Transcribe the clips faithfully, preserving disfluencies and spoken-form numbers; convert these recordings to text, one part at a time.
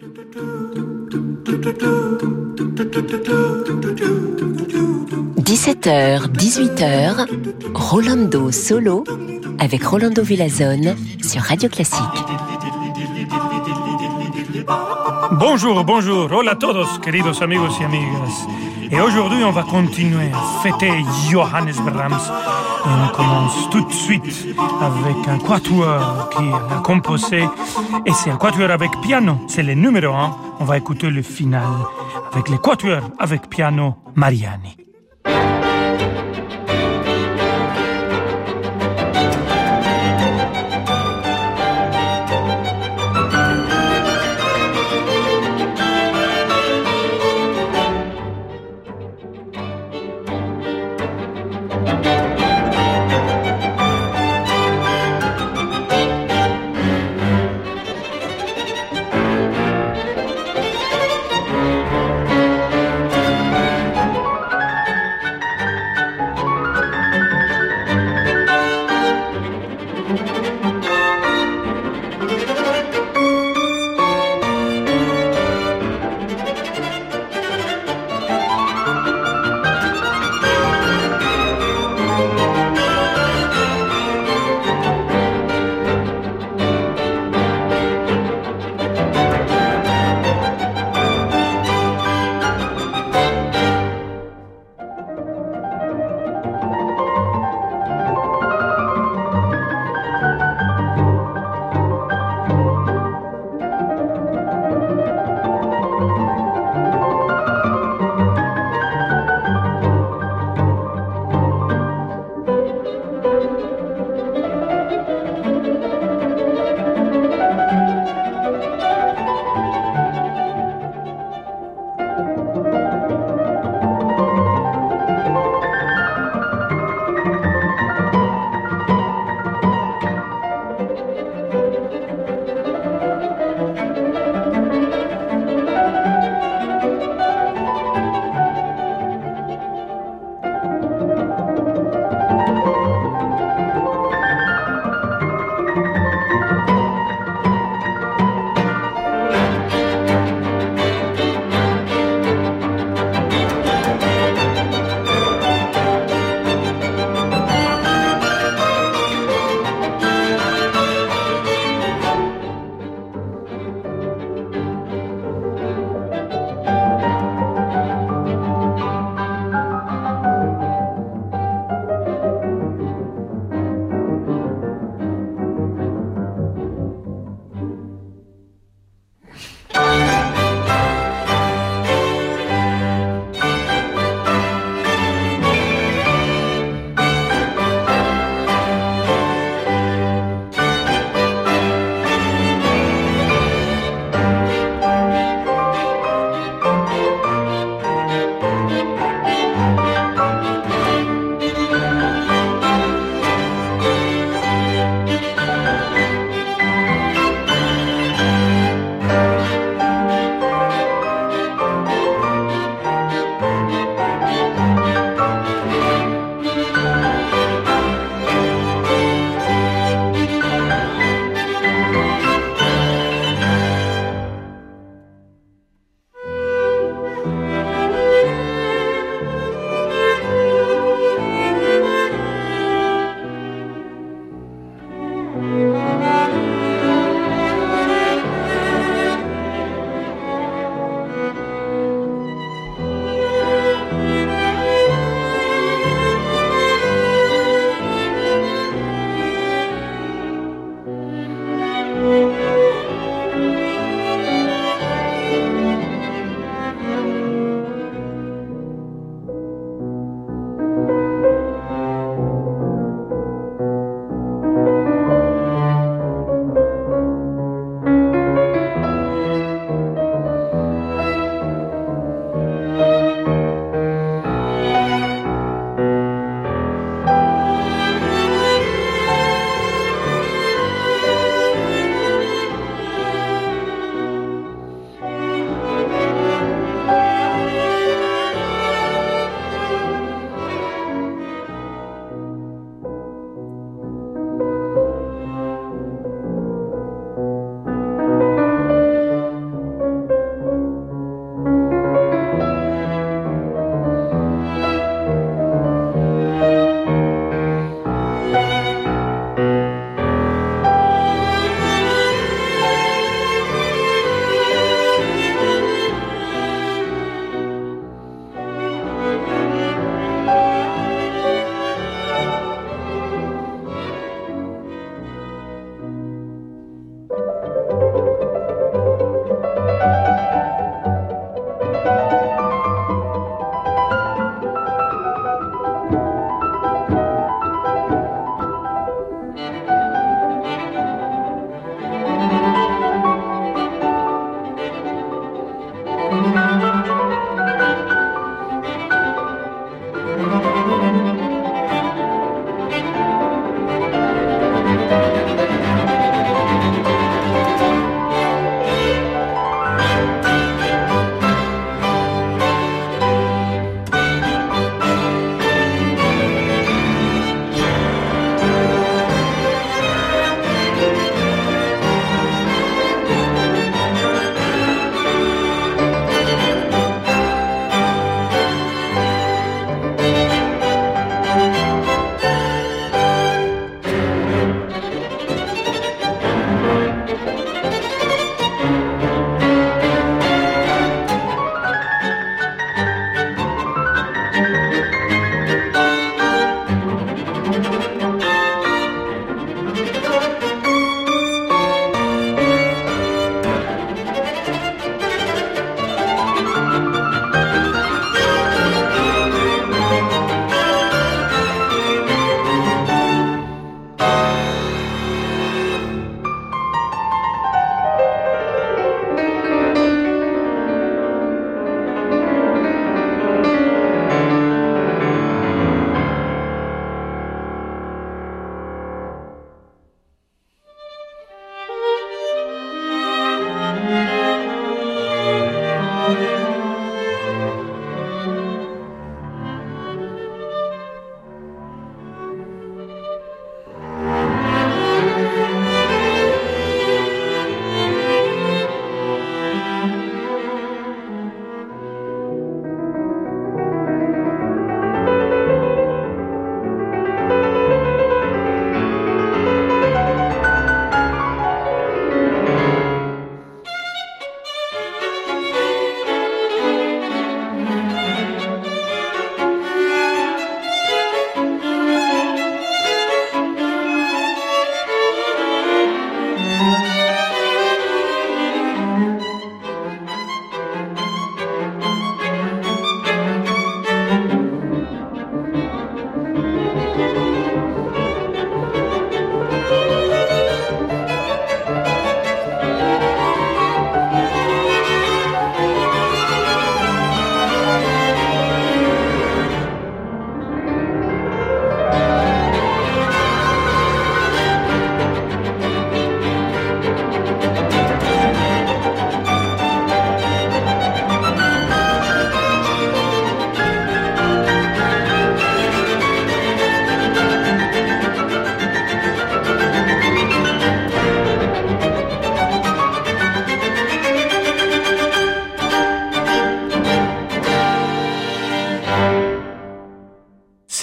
dix-sept heures, dix-huit heures, Rolando Solo avec Rolando Villazone sur Radio Classique. Bonjour, bonjour, hola a todos, queridos amigos y amigas. Et aujourd'hui, on va continuer à fêter Johannes Brahms. Et on commence tout de suite avec un quatuor qui a composé. Et c'est un quatuor avec piano, c'est le numéro un. On va écouter le final avec le quatuor avec piano Mariani.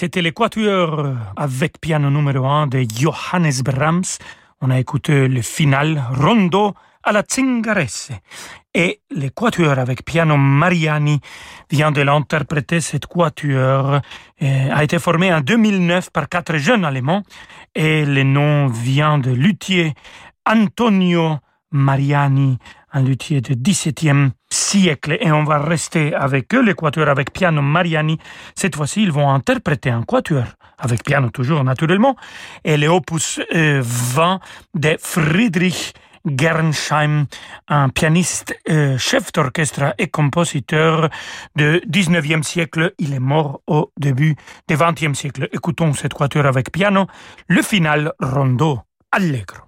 c'était le quatuor avec piano numéro un de Johannes Brahms. On a écouté le final Rondo alla Zingarese. Et le quatuor avec piano Mariani vient de l'interpréter. Cette quatuor euh, a été formé en deux mille neuf par quatre jeunes Allemands et le nom vient de luthier Antonio Mariani, un luthier du dix-septième siècle. Et on va rester avec eux, le quatuor avec piano Mariani. Cette fois-ci, ils vont interpréter un quatuor avec piano toujours naturellement et le opus euh, vingt de Friedrich Gernsheim, un pianiste, euh, chef d'orchestre et compositeur du dix-neuvième siècle. Il est mort au début du vingtième siècle. Écoutons cette quatuor avec piano, le final Rondo Allegro.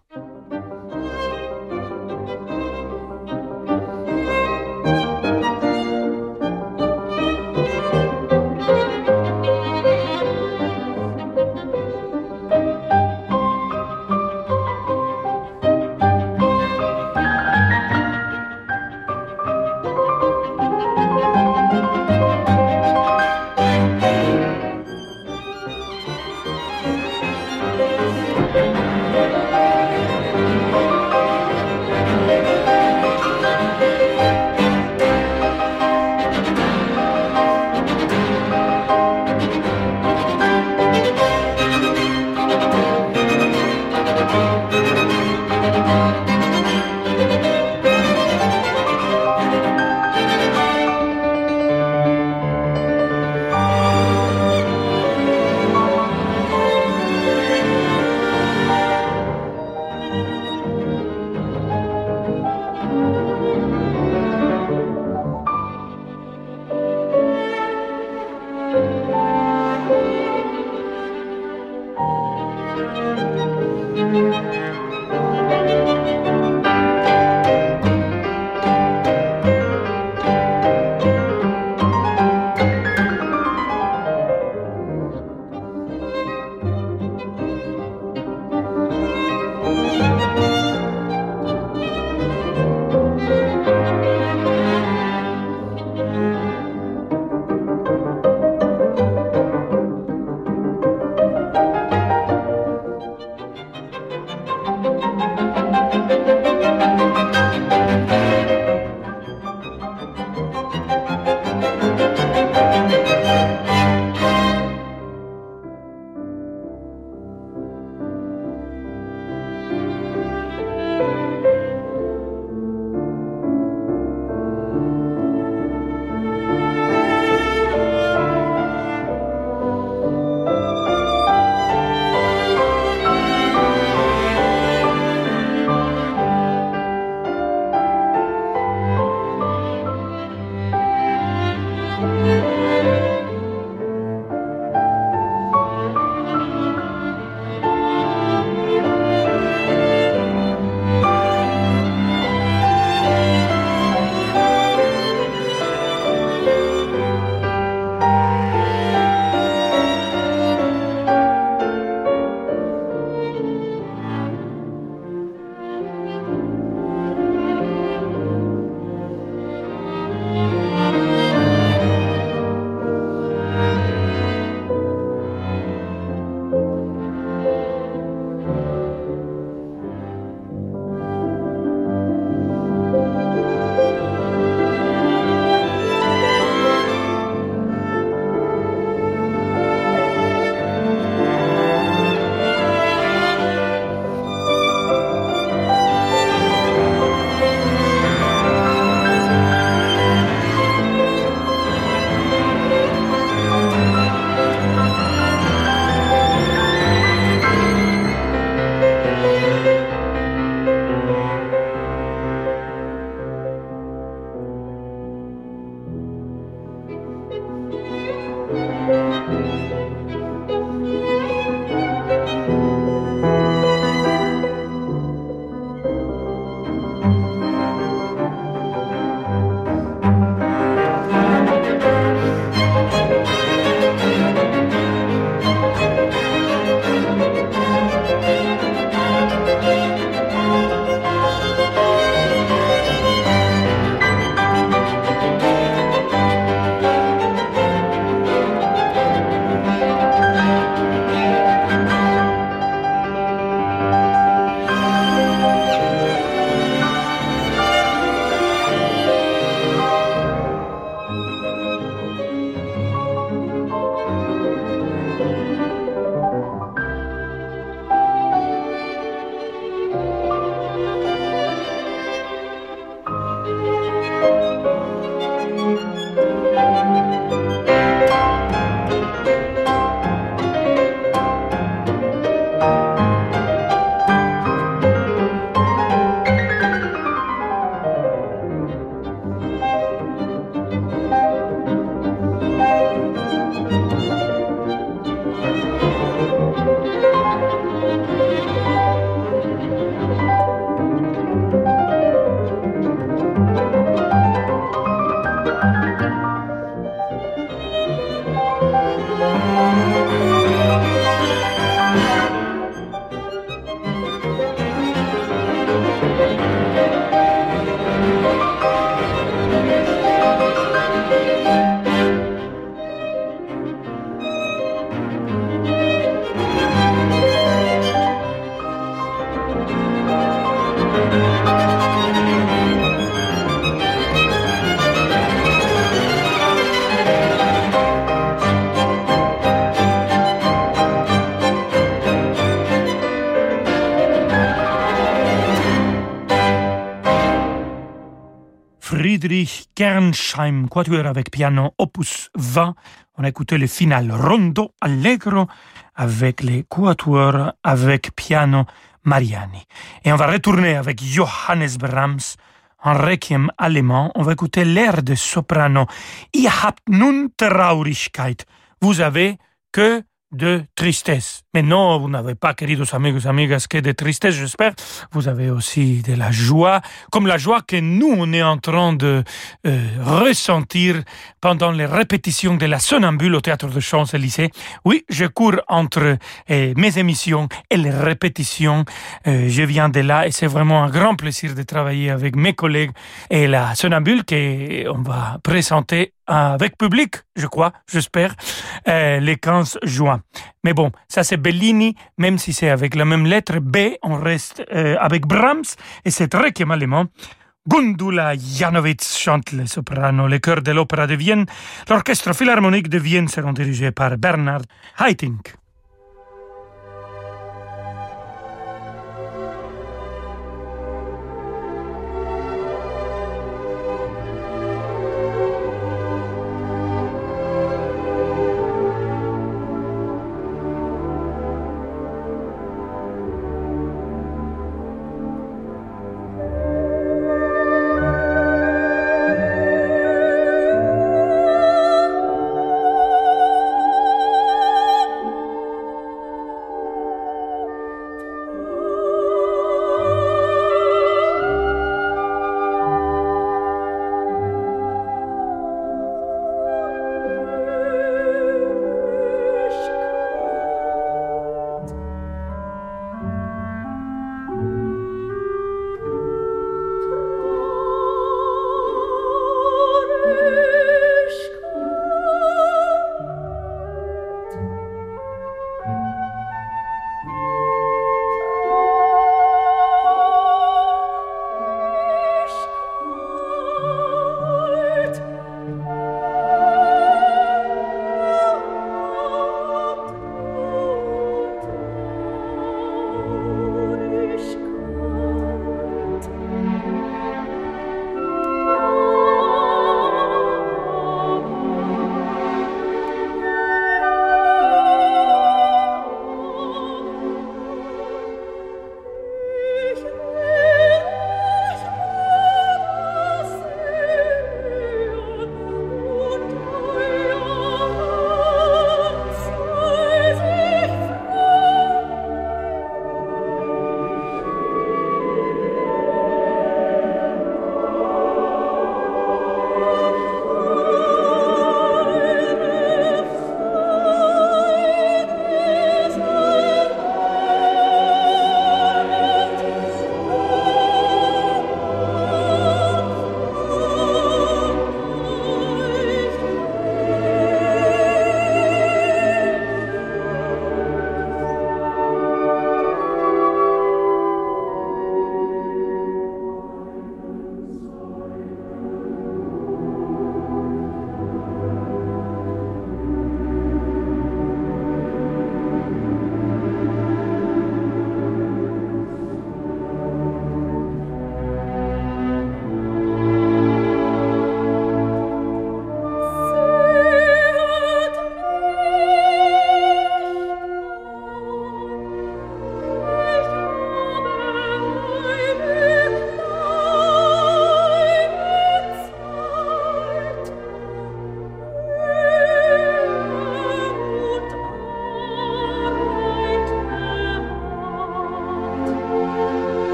Friedrich Gernsheim, quatuor avec piano, opus vingt. On a écouté le final Rondo Allegro avec les quatuors avec piano Mariani. Et on va retourner avec Johannes Brahms en requiem allemand. On va écouter l'air de soprano. Ihr habt nun Traurigkeit. Vous avez que de tristesse. Mais non, vous n'avez pas, queridos amigos, amigas, que de tristesse, j'espère. Vous avez aussi de la joie, comme la joie que nous, on est en train de euh, ressentir pendant les répétitions de la Sonnambule au Théâtre de Champs-Élysées. Oui, je cours entre euh, mes émissions et les répétitions. Euh, je viens de là et c'est vraiment un grand plaisir de travailler avec mes collègues et la Sonnambule qu'on va présenter avec public, je crois, j'espère, euh, le quinze juin. Mais bon, ça c'est Bellini, même si c'est avec la même lettre B, on reste euh, avec Brahms, et c'est très allemand. Gundula Janowitz chante le soprano, le chœur de l'Opéra de Vienne. L'orchestre philharmonique de Vienne sera dirigé par Bernhard Haitink.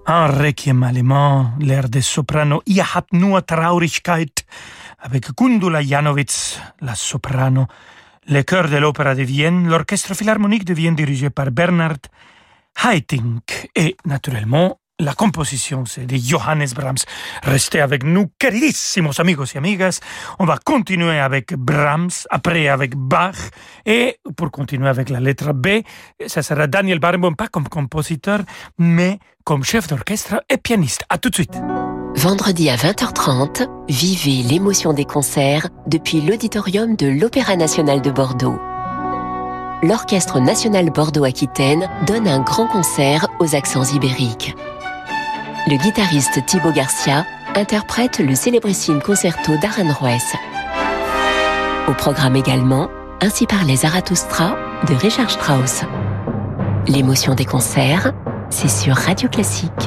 un requiem allemand, l'air des sopranos Ihr habt nur Traurigkeit, avec Gundula Janowitz, la soprano, le chœur de l'Opéra de Vienne, l'orchestre philharmonique de Vienne dirigé par Bernhard Haitink et naturellement la composition c'est de Johannes Brahms. Restez avec nous, queridísimos amigos y amigas. On va continuer avec Brahms, après avec Bach et pour continuer avec la lettre B, ça sera Daniel Barenboim, pas comme compositeur, mais comme chef d'orchestre et pianiste. À tout de suite. Vendredi à vingt heures trente, vivez l'émotion des concerts depuis l'auditorium de l'Opéra national de Bordeaux. L'Orchestre national Bordeaux-Aquitaine donne un grand concert aux accents ibériques. Le guitariste Thibaut Garcia interprète le célébrissime concerto d'Aranjuez. Au programme également, Ainsi parlait Zarathustra de Richard Strauss. L'émotion des concerts, c'est sur Radio Classique.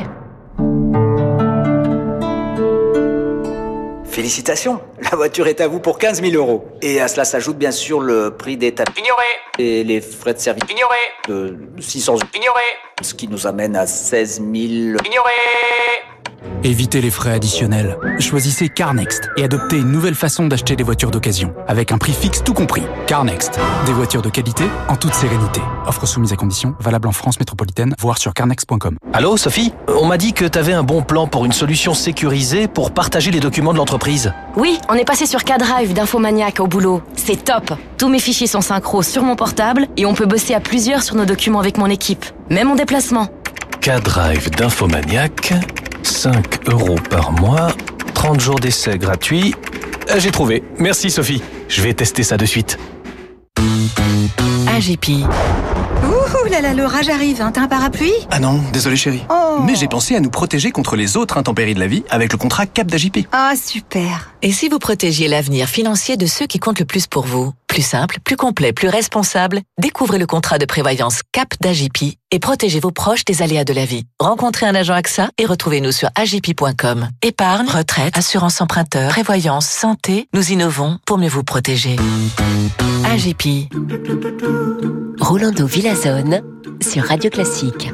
Félicitations, la voiture est à vous pour quinze mille euros. Et à cela s'ajoute bien sûr le prix des tapis. Ignoré. Et les frais de service. Ignoré. De six cents euros. Ignoré. Ce qui nous amène à seize mille. Ignoré. Évitez les frais additionnels. Choisissez CarNext et adoptez une nouvelle façon d'acheter des voitures d'occasion. Avec un prix fixe tout compris. CarNext. Des voitures de qualité en toute sérénité. Offre soumise à conditions, valable en France métropolitaine, voire sur carnext point com. Allô, Sophie ? On m'a dit que t'avais un bon plan pour une solution sécurisée pour partager les documents de l'entreprise. Oui, on est passé sur K-Drive d'Infomaniac au boulot. C'est top. Tous mes fichiers sont synchro sur mon portable et on peut bosser à plusieurs sur nos documents avec mon équipe. Même en déplacement. K-Drive d'Infomaniac, cinq euros par mois, trente jours d'essai gratuits. J'ai trouvé. Merci Sophie. Je vais tester ça de suite. A G P. Ouh là là, l'orage arrive, hein. T'as un parapluie ? Ah non, désolé chérie. Oh. Mais j'ai pensé à nous protéger contre les autres intempéries de la vie avec le contrat Cap d'A J P. Ah, super. Et si vous protégiez l'avenir financier de ceux qui comptent le plus pour vous ? Plus simple, plus complet, plus responsable, découvrez le contrat de prévoyance Cap d'A J P et protégez vos proches des aléas de la vie. Rencontrez un agent A X A et retrouvez-nous sur A J P point com. Épargne, retraite, assurance emprunteur, prévoyance, santé, nous innovons pour mieux vous protéger. A G P. Rolando Villazone sur Radio Classique.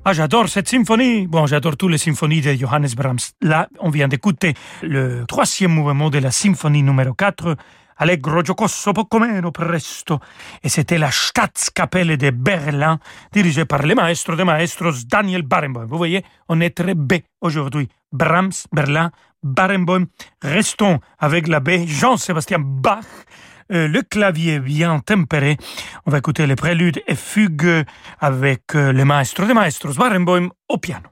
Ah, j'adore cette symphonie. Bon, j'adore toutes les symphonies de Johannes Brahms. Là, on vient d'écouter le troisième mouvement de la symphonie numéro quatre, Allegro giocoso poco meno presto. Et c'était la Staatskapelle de Berlin, dirigée par le maestro de maestros Daniel Barenboim. Vous voyez, on est très B aujourd'hui. Brahms, Berlin, Barenboim. Restons avec la B, Jean-Sébastien Bach. Euh, le clavier bien tempéré. On va écouter les préludes et fugues avec euh, le maestro de maestros Barenboim au piano.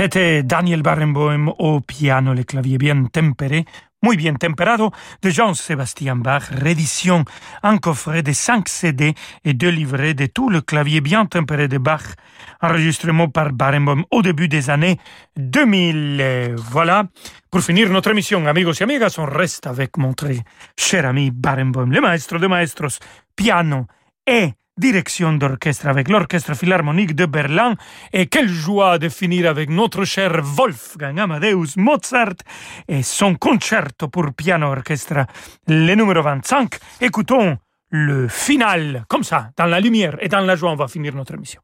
C'était Daniel Barenboim au piano, le clavier bien tempéré, muy bien temperado, de Jean-Sébastien Bach, réédition en coffret de cinq C D et deux livrets de tout le clavier bien tempéré de Bach, enregistrement par Barenboim au début des années deux mille. Et voilà, pour finir notre émission, amigos et amigas, on reste avec mon très cher ami Barenboim, le maestro de maestros, piano et direction d'orchestre avec l'Orchestre Philharmonique de Berlin. Et quelle joie de finir avec notre cher Wolfgang Amadeus Mozart et son concerto pour piano orchestre, le numéro vingt-cinq. Écoutons le final, comme ça, dans la lumière et dans la joie, on va finir notre émission.